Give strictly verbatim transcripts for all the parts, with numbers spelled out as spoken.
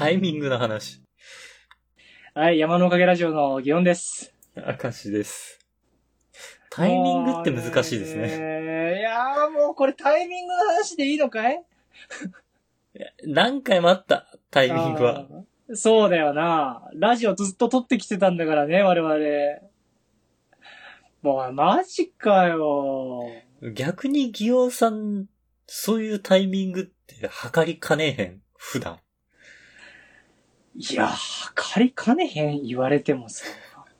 タイミングの話。 はい、山のおかげラジオの祇園です。 明石です。タイミングって難しいですね。 ねいやーもうこれタイミングの話でいいのかい？ 何回もあった、タイミングは。 そうだよな。ラジオずっと撮ってきてたんだからね、我々。もうマジかよ。 逆に祇園さん、そういうタイミングって測りかねえへん、普段。 いや、測りかねへん言われてもさ。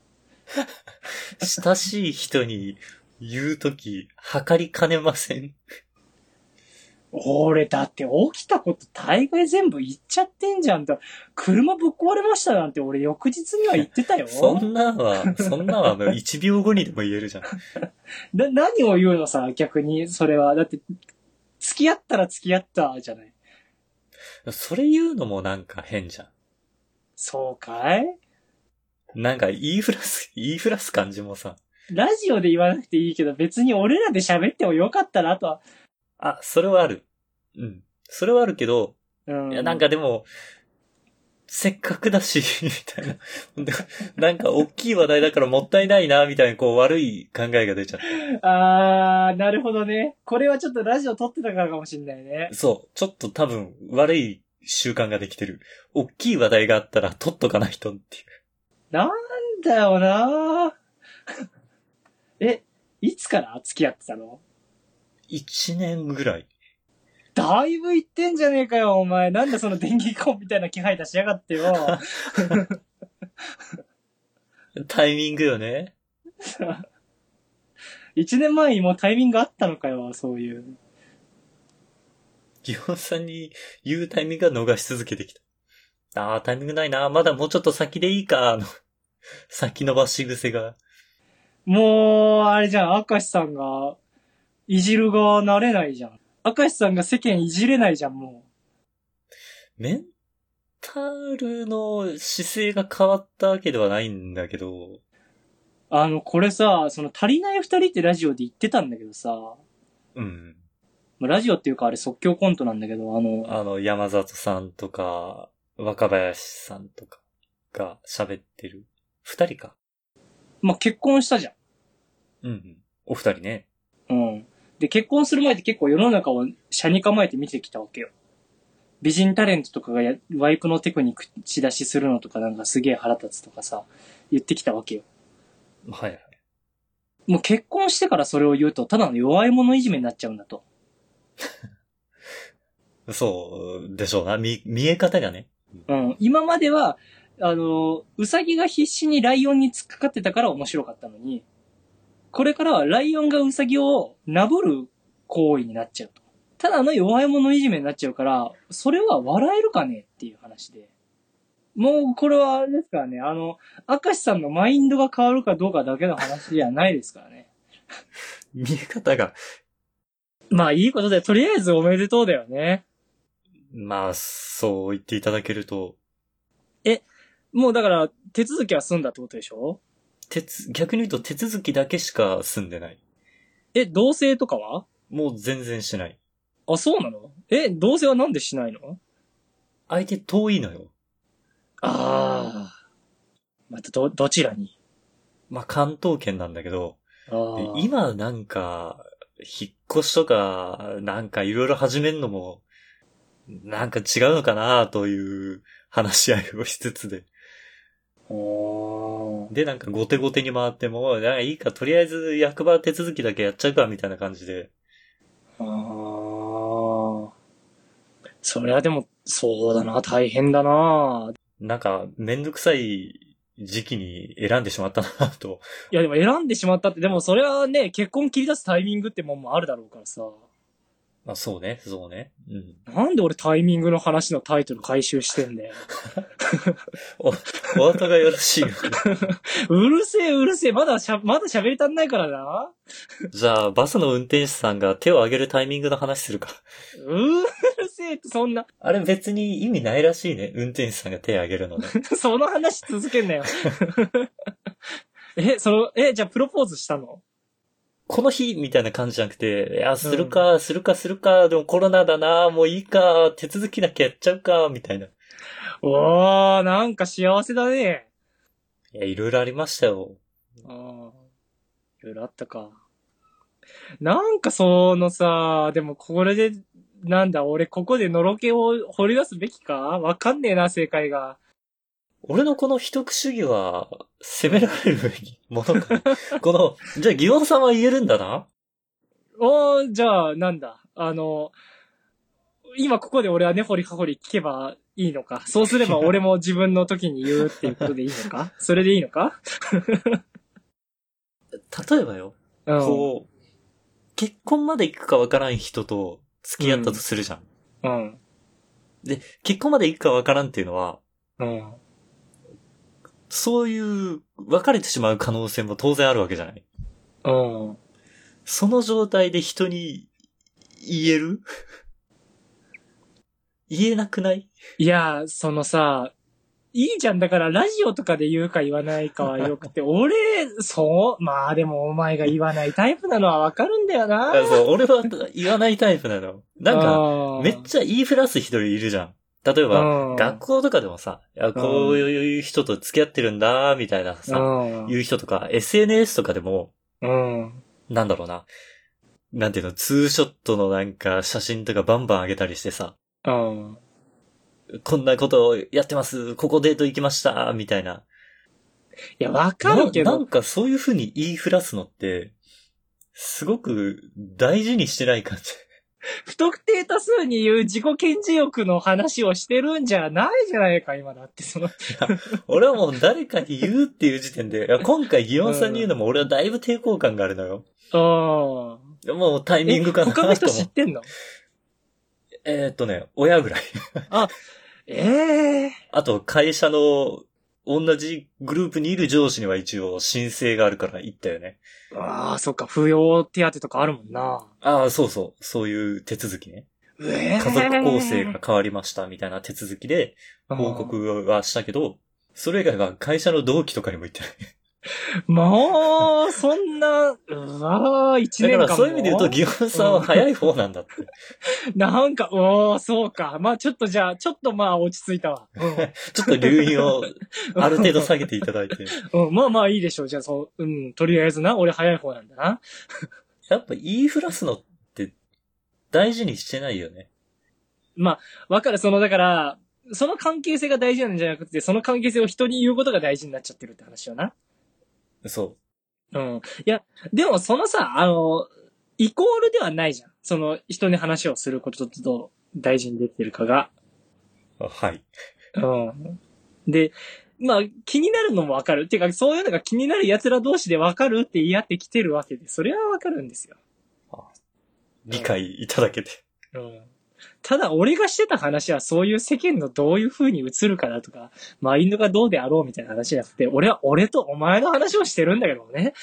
親しい人に言うとき、測りかねません？ 俺だって起きたこと大概全部言っちゃってんじゃんと。車ぶっ壊れましたなんて俺翌日には言ってたよ。 そんなは、そんなはいちびょうごにでも言えるじゃん。 な、何を言うのさ、逆に、それは。だって、付き合ったら付き合ったじゃない。 それ言うのもなんか変じゃん。 そうかい？ なんか言いふらす、言いふらす感じもさ。 ラジオで言わなくていいけど、別に俺らで喋ってもよかったなとは。 あ、それはある。うん。それはあるけど、 うん。 いや、なんかでも、せっかくだし、みたいな。なんか大きい話題だからもったいないな、みたいな、こう悪い考えが出ちゃった。 あー、なるほどね。これはちょっとラジオ撮ってたからかもしんないね。 そう。ちょっと多分悪い習慣ができてる。大きい話題があったら撮っとかないとっていう。 なんだよなえ、いつから付き合ってたの？ 一年ぐらい。 だいぶ言ってんじゃねえかよ、お前。なんだその電気コンみたいな気配出しやがってよ。 タイミングよね。 一年前にもうタイミングあったのかよ、そういう。 ギオンさんに言うタイミングが逃し続けてきた。ああ、タイミングないな。まだもうちょっと先でいいか。の先延ばし癖が。 もう、あれじゃん、明石さんが、いじる側なれないじゃん。明石さんが世間いじれないじゃん、もう。メンタルの姿勢が変わったわけではないんだけど。 あの、これさ、その足りない二人ってラジオで言ってたんだけどさ。 うん。 ラジオっていうかあれ即興コントなんだけど、あの、 あの、山里さんとか、若林さんとかが喋ってる。二人か。 まあ、結婚したじゃん。 うんうん。お二人ね。 うん。で、結婚する前って結構世の中を車に構えて見てきたわけよ。美人タレントとかがやワイプのテクニック口出しするのとかなんかすげえ腹立つとかさ、言ってきたわけよ。 はいはい。 もう結婚してからそれを言うと、ただの弱い者いじめになっちゃうんだと。 そうでしょうな。見、見え方がね。 うん。今までは、あの、ウサギが必死にライオンに突っかかってたから面白かったのに、これからはライオンがウサギをなぶる行為になっちゃうと。ただの弱い者いじめになっちゃうから、それは笑えるかねっていう話で。もう、これはあれですからね、あの、明石さんのマインドが変わるかどうかだけの話じゃないですからね。 見え方が。 まあ、いいことで、とりあえずおめでとうだよね。 まあ、そう言っていただけると。 え、もうだから、手続きは済んだってことでしょ？ 手つ、逆に言うと手続きだけしか済んでない。 え、同棲とかは？ もう全然しない。 あ、そうなの？え、同棲はなんでしないの？ 相手遠いのよ。 ああ。またど、どちらに？ まあ、関東圏なんだけど、であ今なんか、引っ越しとか、なんかいろいろ始めるのも、なんか違うのかなという話し合いをしつつで。 あ。おー。 で、なんか後手後手に回っても、なんかいいか、とりあえず役場手続きだけやっちゃうか、みたいな感じで。 ああ。それはでも、そうだな、大変だな。 なんか、めんどくさい時期に選んでしまったなと。 いやでも選んでしまったって、でもそれはね、結婚切り出すタイミングってもんもあるだろうからさ。 まあそうね、そうね。うん。 なんで俺タイミングの話のタイトル回収してんだよ。 お、お後がよろしいよ。 うるせえうるせえ、まだしゃ、まだ喋り足んないからな。 じゃあ、バスの運転手さんが手を挙げるタイミングの話するか。 うーるせえってそんな。 あれ別に意味ないらしいね。運転手さんが手を挙げるのね。 その話続けんなよ。え、その、え、じゃあプロポーズしたの？ この日みたいな感じじゃなくて、いや、するか、うん、するか、するか、でもコロナだな、もういいか、手続きだけやっちゃうか、みたいな。 おー、なんか幸せだね。 いや、いろいろありましたよ。 ああ、いろいろあったか。なんかそのさ、でもこれで、なんだ、俺ここでのろけを掘り出すべきかわかんねえな、正解が。 俺のこの秘匿主義は、責められるべきものかな。この、じゃあ、ギオンさんは言えるんだな。 おー、じゃあ、なんだ、あの、今ここで俺は根掘り葉掘り聞けばいいのか。そうすれば俺も自分の時に言うっていうことでいいのか。それでいいのか。 例えばよ、 うん。 こう、結婚まで行くかわからん人と付き合ったとするじゃん。 うん。 で、結婚まで行くかわからんっていうのは、 うん。 そういう別れてしまう可能性も当然あるわけじゃない。 うん。 その状態で人に言える言えなくない？ いや、そのさ、いいじゃん。だからラジオとかで言うか言わないかはよくて、俺、そう、まあでもお前が言わないタイプなのはわかるんだよな。 あそう、俺は言わないタイプなの。なんか、めっゃ、 ちゃ言いふらす人いるじゃん。例えば、 うん学校とかでもさ、いやこういう人と付き合ってるんだ、みたいなさ、 うん。 言う人とか、エスエヌエス とかでも、 うん。 なんだろうな。なんていうの、ツーショットのなんか写真とかバンバン上げたりしてさ、 うん。 こんなことをやってます、ここデート行きました、みたいな。 いや、わかるけど、 な、なんかそういう風に言いふらすのって、すごく大事にしてない感じ。 不特定多数に言う自己顕示欲の話をしてるんじゃないじゃないか、今だって、その。 いや、俺はもう誰かに言うっていう時点で、いや今回ギオンさんに言うのも俺はだいぶ抵抗感があるのよ。 うん。 もうタイミングかなと他の人思う。 知ってんの？ えーっとね、親ぐらい。 あ、ええあと会社の同じグループにいる上司には一応申請があるから言ったよね。 ー。ああ、そっか、扶養手当とかあるもんな。 ああ、そうそう。そういう手続きね。 ええ家族構成が変わりましたみたいな手続きで報告はしたけど、それ以外は会社の同期とかにも言ってない。 もう、そんな、うわー、一だから年間も。 そういう意味で言うと、ギオンさんは早い方なんだって。 なんか、おー、そうか。まあちょっとじゃあ、ちょっとまあ落ち着いたわ。うんちょっと留飲をある程度下げていただいて。 うん、まあまあいいでしょう。じゃあ、そう、うん、とりあえずな、俺早い方なんだな。 やっぱ言いふらすのって大事にしてないよね。 まあ、わかる。その、だから、その関係性が大事なんじゃなくて、その関係性を人に言うことが大事になっちゃってるって話よな。 そうん。いや、でもそのさ、あの、イコールではないじゃん。その、人に話をすることと大事にできてるかが。 う。はい。 うん。で、まあ、気になるのもわかる。っていうか、そういうのが気になる奴ら同士でわかるって言い合ってきてるわけで、それはわかるんですよ。 理解いただけて。 うん。ただ、俺がしてた話はそういう世間のどういう風に映るかだとか、マインドがどうであろうみたいな話じゃなくて、俺は俺とお前の話をしてるんだけどね。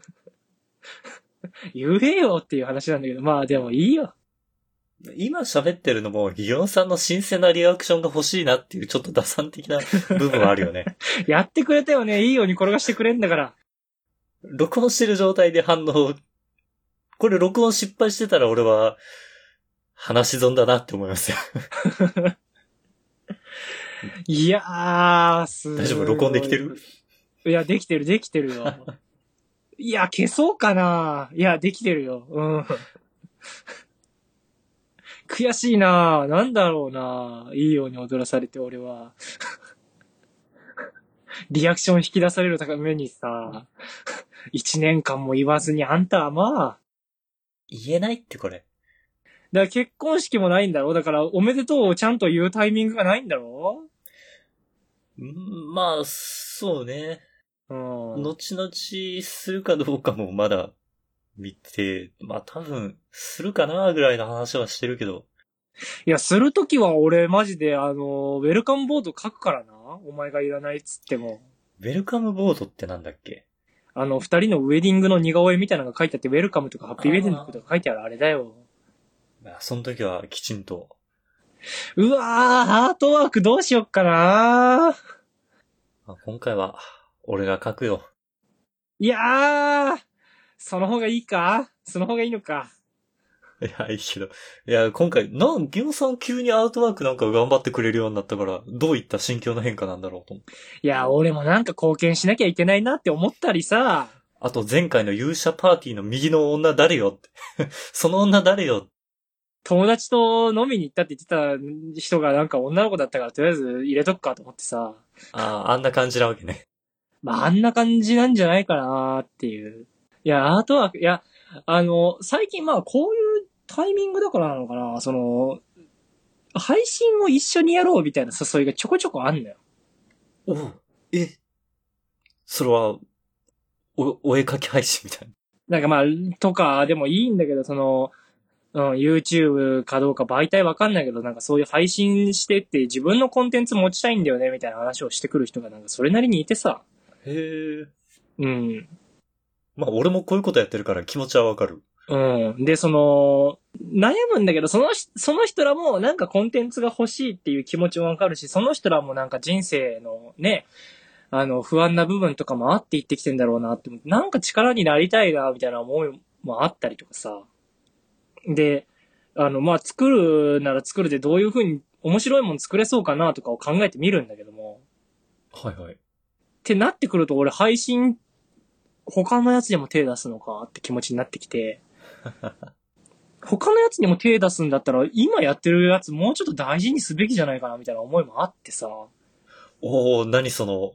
言えよっていう話なんだけど、まあでもいいよ。 今喋ってるのも、ギオンさんの新鮮なリアクションが欲しいなっていうちょっと打算的な部分はあるよね。 やってくれたよね。いいように転がしてくれんだから。 録音してる状態で反応、これ録音失敗してたら俺は、話し損だなって思いますよ。 いやー、すごい。 大丈夫？録音できてる？ いや、できてる、できてるよ。いや、消そうかないや、できてるよ。うん。悔しいななんだろうないいように踊らされて、俺は。リアクション引き出されるためにさ、一年間も言わずにあんたはまあ。 言えないってこれ。 だから結婚式もないんだろだからおめでとうをちゃんと言うタイミングがないんだろんまあ、そうね。 うん。 後々するかどうかもまだ見て、まあ多分するかなぐらいの話はしてるけど。 いや、するときは俺マジであの、ウェルカムボード書くからな。お前がいらないっつっても。 ウェルカムボードってなんだっけ？ あの、二人のウェディングの似顔絵みたいなのが書いてあって、ウェルカムとかハッピーウェディングとか書いてあるあれだよ。 その時はきちんと。 うわー、アートワークどうしよっかな今回は俺が書くよ。 いやー、その方がいいかその方がいいのか。 いや、いいけど。いや、今回、なん、ギオさん急にアウトワークなんか頑張ってくれるようになったから、どういった心境の変化なんだろうと思う。 いや、俺もなんか貢献しなきゃいけないなって思ったりさ。 あと前回の勇者パーティーの右の女誰よって。その女誰よ。 友達と飲みに行ったって言ってた人がなんか女の子だったからとりあえず入れとくかと思ってさ。 ああ、あんな感じなわけね。 まあ、あんな感じなんじゃないかなっていう。いや、アートワーク、いや、あの、最近まあこういうタイミングだからなのかな、その、配信を一緒にやろうみたいな誘いがちょこちょこあんのよ。 おうえ、それは、お、お絵描き配信みたいな。 なんかまあ、とかでもいいんだけど、その、うん、YouTube かどうか媒体わかんないけど、なんかそういう配信してって自分のコンテンツ持ちたいんだよねみたいな話をしてくる人がなんかそれなりにいてさ。 へえ。 うん。 まあ俺もこういうことやってるから気持ちはわかる。 うん。で、その、悩むんだけど、その、その人らもなんかコンテンツが欲しいっていう気持ちもわかるし、その人らもなんか人生のね、あの、不安な部分とかもあって言ってきてんだろうなって思って、なんか力になりたいな、みたいな思いもあったりとかさ。で、あの、まあ、作るなら作るでどういう風に面白いもの作れそうかなとかを考えてみるんだけども。 はいはい。 ってなってくると俺配信、他のやつにも手出すのかって気持ちになってきて。他のやつにも手出すんだったら、今やってるやつもうちょっと大事にすべきじゃないかなみたいな思いもあってさ。 おー、何その、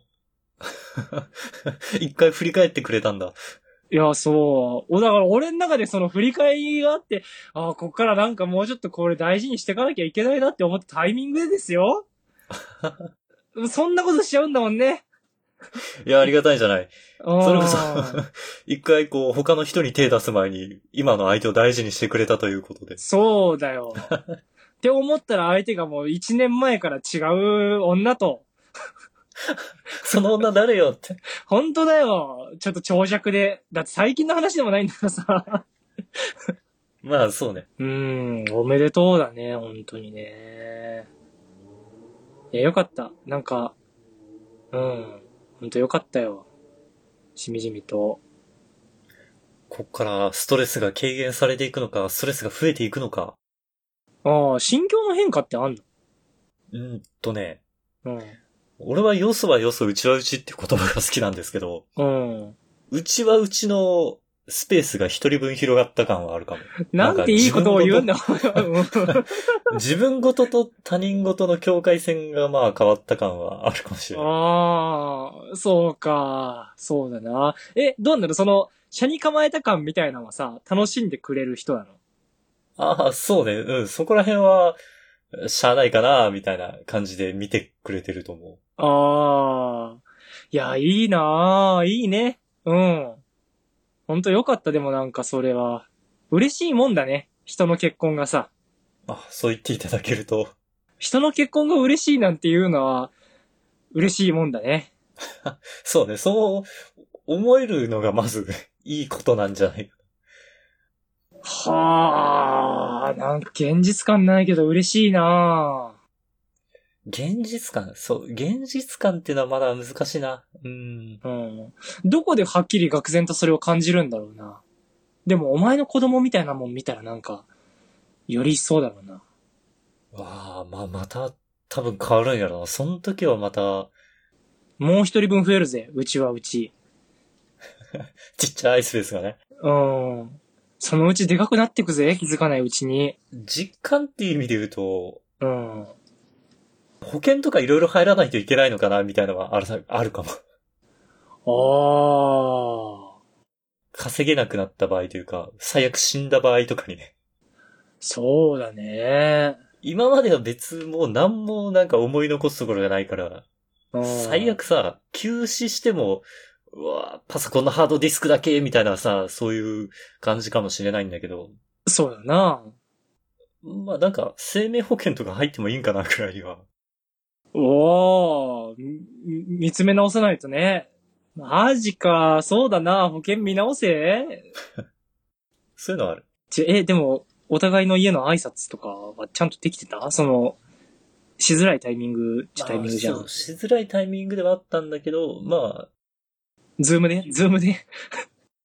一回振り返ってくれたんだ。 いや、そう。だから俺の中でその振り返りがあって、ああ、こっからなんかもうちょっとこれ大事にしていかなきゃいけないなって思ったタイミングでですよ。そんなことしちゃうんだもんね。 いや、ありがたいじゃない。それこそあ、 一回こう、他の人に手出す前に、今の相手を大事にしてくれたということで。 そうだよ。って思ったら相手がもう一年前から違う女と。 その女誰よって。 本当だよ。ちょっと長尺で。だって最近の話でもないんだからさ。 まあ、そうね。 うーん、おめでとうだね、本当にね。いや、よかった。なんか、うん、本当よかったよ。しみじみと。 こっからストレスが軽減されていくのか、ストレスが増えていくのか。 ああ、心境の変化ってあんの？ うんとね、 うん。 俺はよそはよそ、うちはうちって言葉が好きなんですけど、 うん。 うちはうちのスペースが一人分広がった感はあるかも。 なんていいことを言うんだ。 自分ごとと他人ごとの境界線がまあ変わった感はあるかもしれない。 ああ、そうか。そうだな。え、どうなるその、車に構えた感みたいなのはさ、楽しんでくれる人なの？ ああ、そうね。うん。そこら辺は、しゃあないかな、みたいな感じで見てくれてると思ああ。いや、いいなぁ。いいね。うん。ほんとよかった、でもなんかそれは。嬉しいもんだね。人の結婚がさ。 う。あ、そう言っていただけると。 人の結婚が嬉しいなんていうのは、嬉しいもんだね。 そうね。そう思えるのがまずいいことなんじゃないか。 はあ、なんか現実感ないけど嬉しいなぁ。 現実感そう。現実感っていうのはまだ難しいな。うん。 うん。どこではっきり愕然とそれを感じるんだろうな。でもお前の子供みたいなもん見たらなんか、より一層だろうな。 わあ、まあ、また、多分変わるんやろな。その時はまた、 もう一人分増えるぜ、うちはうち。 ちっちゃいスペースがね。 うん。そのうちでかくなってくぜ、気づかないうちに。 実感っていう意味で言うと、 うん。 保険とかいろいろ入らないといけないのかな、みたいなのはある、あるかも。 ああ。 稼げなくなった場合というか、最悪死んだ場合とかにね。 そうだね。 今までは別もう何もなんか思い残すところがないから、 うん。 最悪さ、休止しても、うわパソコンのハードディスクだけみたいなさ、そういう感じかもしれないんだけど、 そうだな。 まあなんか生命保険とか入ってもいいんかなくらいは。 おー、み見つめ直さないとね。マジか、そうだな、保険見直せ。 そういうのはある。 ちえ、でも、お互いの家の挨拶とかはちゃんとできてた？その、しづらいタイミングっちゃタイミングじゃん。 まあそう、しづらいタイミングではあったんだけど、まあ、 ズームでズームで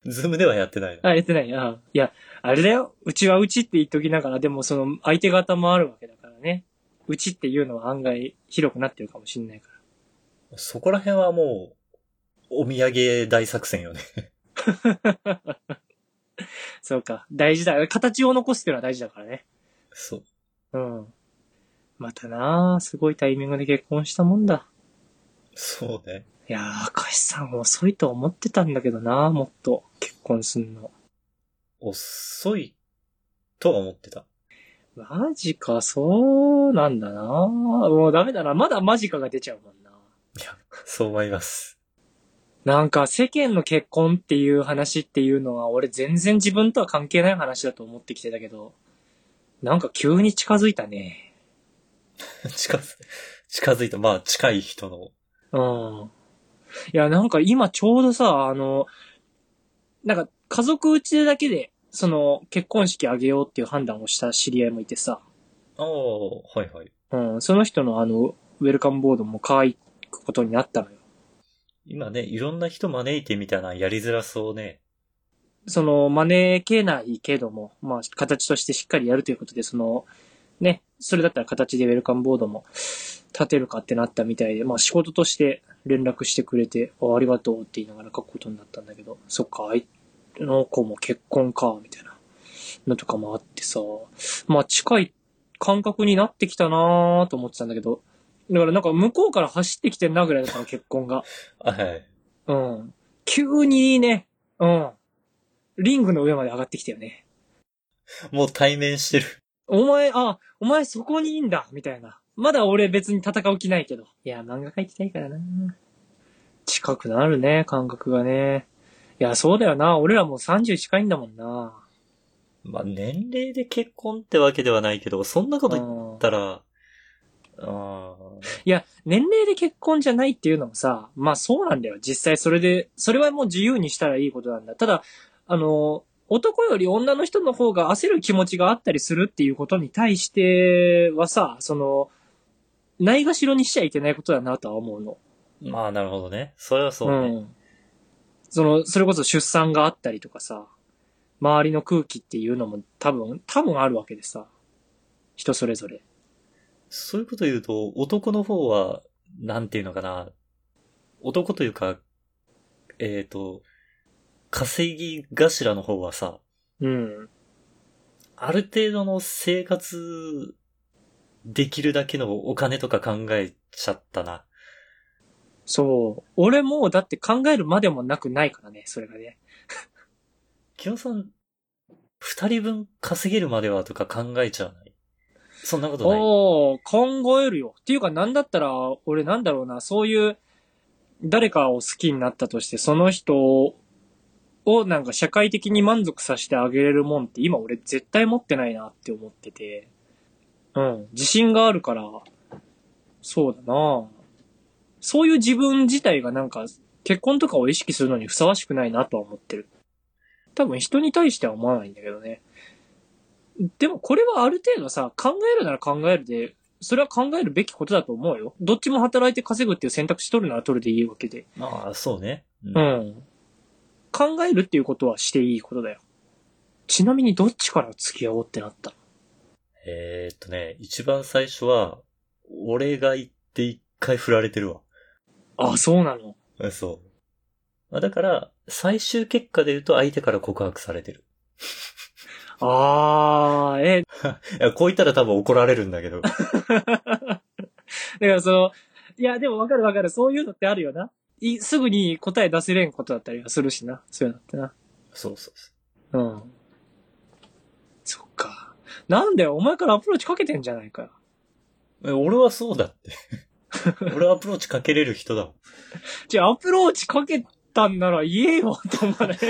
ズームではやってないの。 あ、やってない。あいや、あれだよ。うちはうちって言っときながら、でもその相手方もあるわけだからね。うちっていうのは案外広くなってるかもしれないかそこら辺はもう、お土産大作戦よね。 ら。そうか。大事だ。形を残すっていうのは大事だからね。 そう。 うん。またなあすごいタイミングで結婚したもんだ。 そうね。 いやー、赤石さん遅いと思ってたんだけどなもっと結婚すんの。 遅いとは思ってた。 マジか、そうなんだなもうダメだな。まだマジかが出ちゃうもんな。 いや、そう思います。 なんか世間の結婚っていう話っていうのは俺全然自分とは関係ない話だと思ってきてたけど、なんか急に近づいたね。 近づ、近づいた。まあ、近い人の。 うん。いや、なんか今ちょうどさ、あの、なんか家族うちでだけで、その結婚式あげようっていう判断をした知り合いもいてさ、 ああ、はいはい。 うん、その人のあの、ウェルカムボードも可愛くことになったのよ。 今ね、いろんな人招いてみたいなやりづらそうね。 その、招けないけども、まあ、形としてしっかりやるということで、その、ね、それだったら形でウェルカムボードも立てるかってなったみたいで、まあ仕事として連絡してくれて、あありがとうって言いながら書くことになったんだけど、そっか、あいの子も結婚か、みたいなのとかもあってさ、まあ近い感覚になってきたなーと思ってたんだけど、だからなんか向こうから走ってきてんなぐらいだったの、結婚が。 あ、はい。 うん。急にね、うん。リングの上まで上がってきたよね。 もう対面してる。 お前、あ、お前そこにいいんだ、みたいな。まだ俺別に戦う気ないけど。いや、漫画描いてたいからな。近くなるね、感覚がね。いや、そうだよな。俺らもうさんじゅう近いんだもんな。 まあ、年齢で結婚ってわけではないけど、そんなこと言ったら、あいや、年齢で結婚じゃないっていうのもさ、まあそうなんだよ。実際それで、それはもう自由にしたらいいことなんだ。ただ、あの、男より女の人の方が焦る気持ちがあったりするっていうことに対してはさ、その、ないがしろにしちゃいけないことだなとは思うの。 まあ、なるほどね。それはそうね。 うん。その、それこそ出産があったりとかさ、周りの空気っていうのも多分、多分あるわけでさ、人それぞれ。 そういうこと言うと、男の方は、なんていうのかな。男というか、えっと、稼ぎ頭の方はさ、 うん。 ある程度の生活できるだけのお金とか考えちゃったな。 そう。俺もだって考えるまでもなくないからね、それがね。 キヨさん、二人分稼げるまではとか考えちゃわない？そんなことない？ おー、考えるよ。っていうかなんだったら、俺なんだろうな、そういう誰かを好きになったとして、その人をなんか社会的に満足させてあげれるもんって今俺絶対持ってないなって思ってて。うん。自信があるから、そうだなそういう自分自体がなんか結婚とかを意識するのにふさわしくないなとは思ってる。多分人に対しては思わないんだけどね。でもこれはある程度さ、考えるなら考えるで、それは考えるべきことだと思うよ。どっちも働いて稼ぐっていう選択肢取るなら取るでいいわけで。 ああ、そうね。 うん。うん、考えるっていうことはしていいことだよ。ちなみにどっちから付き合おうってなったの？ えー、っとね、一番最初は、俺が言って一回振られてるわ。 あ、そうなの。 そう。まあ、だから、最終結果で言うと相手から告白されてる。 あー、え、 いや、こう言ったら多分怒られるんだけど。 だからその、いや、でもわかるわかる。そういうのってあるよな。い、すぐに答え出せれんことだったりはするしな。そういうのってな。 そうそうそうん。そっか。なんだよ、お前からアプローチかけてんじゃないかよ。 う。え俺はそうだって。俺はアプローチかけれる人だもん。 じゃあアプローチかけたんなら言えよと思わない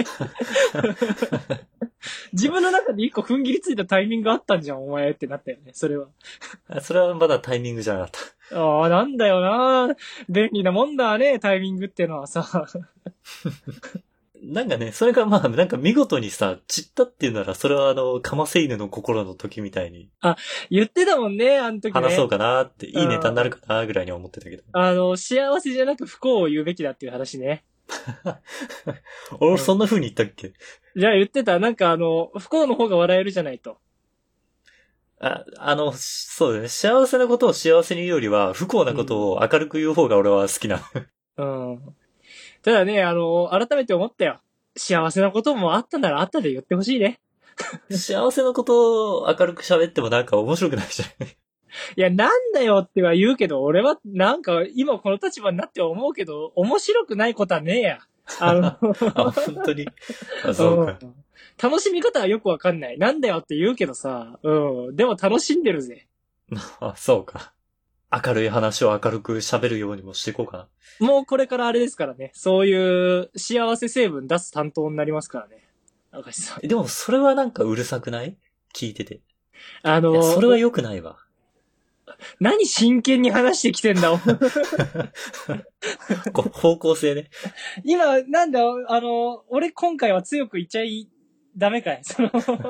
自分の中で一個踏ん切りついたタイミングあったんじゃん、お前ってなったよね、それは。 それはまだタイミングじゃなかった。 ああ、なんだよな。便利なもんだね、タイミングってのはさ。 なんかね、それがまあ、なんか見事にさ、散ったっていうなら、それはあの、かませ犬の心の時みたいに言ってたもんね、あの時ね。 話そうかなって、いいネタになるかなぐらいに思ってたけど。 あの、幸せじゃなく不幸を言うべきだっていう話ね。 俺そんな風に言ったっけ？ じゃあ言ってた、なんかあの、不幸の方が笑えるじゃないと。 あ、あの、そうだね。幸せなことを幸せに言うよりは、不幸なことを明るく言う方が俺は好きな。 うん。ただね、あの、改めて思ったよ。幸せなこともあったならあったで言ってほしいね。 幸せなことを明るく喋ってもなんか面白くないじゃん。 いや、なんだよっては言うけど、俺はなんか今この立場になって思うけど、面白くないことはねえや。あのあ、本当に。あ、そうか。 うん、楽しみ方はよくわかんない。なんだよって言うけどさ、うん。でも楽しんでるぜ。 あ、そうか。明るい話を明るく喋るようにもしていこうかな。 もうこれからあれですからね。そういう幸せ成分出す担当になりますからね。明石さん。 でもそれはなんかうるさくない？聞いてて。 あのいや、それは良くないわ。 何真剣に話してきてんだ。 こ方向性ね。 今、なんだ、あの、俺今回は強く言っちゃい、ダメかい。その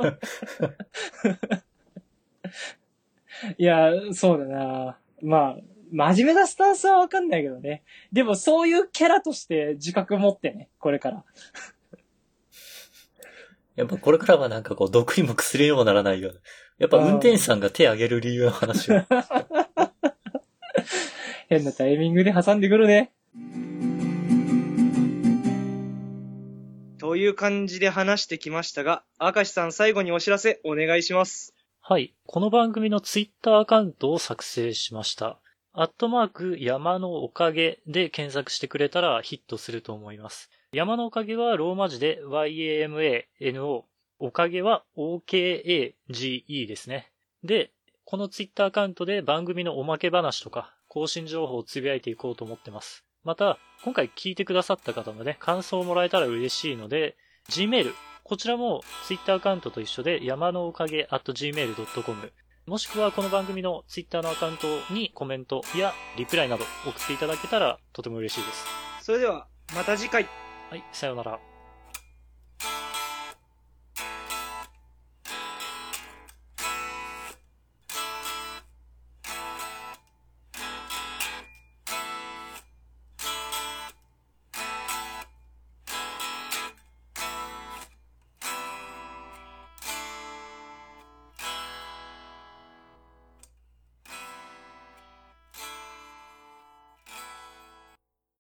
いや、そうだな。まあ、真面目なスタンスはわかんないけどね。でもそういうキャラとして自覚持ってね、これから。 やっぱこれからはなんかこう毒にも薬にもならないような。やっぱ運転手さんが手挙げる理由の話を。 変なタイミングで挟んでくるね。という感じで話してきましたが、明石さん最後にお知らせお願いします。 はい。この番組のツイッターアカウントを作成しました。アットマーク山のおかげで検索してくれたらヒットすると思います。山のおかげはローマ字で ワイエーエムエーエヌオー。おかげは オーケーエージーイー ですね。で、このツイッターアカウントで番組のおまけ話とか更新情報をつぶやいていこうと思ってます。また、今回聞いてくださった方のね、感想をもらえたら嬉しいので、Gmail、こちらも Twitter アカウントと一緒で山のおかげ アットジーメールドットコム もしくはこの番組の Twitter のアカウントにコメントやリプライなど送っていただけたらとても嬉しいです。 それでは、また次回。 はい、さようなら。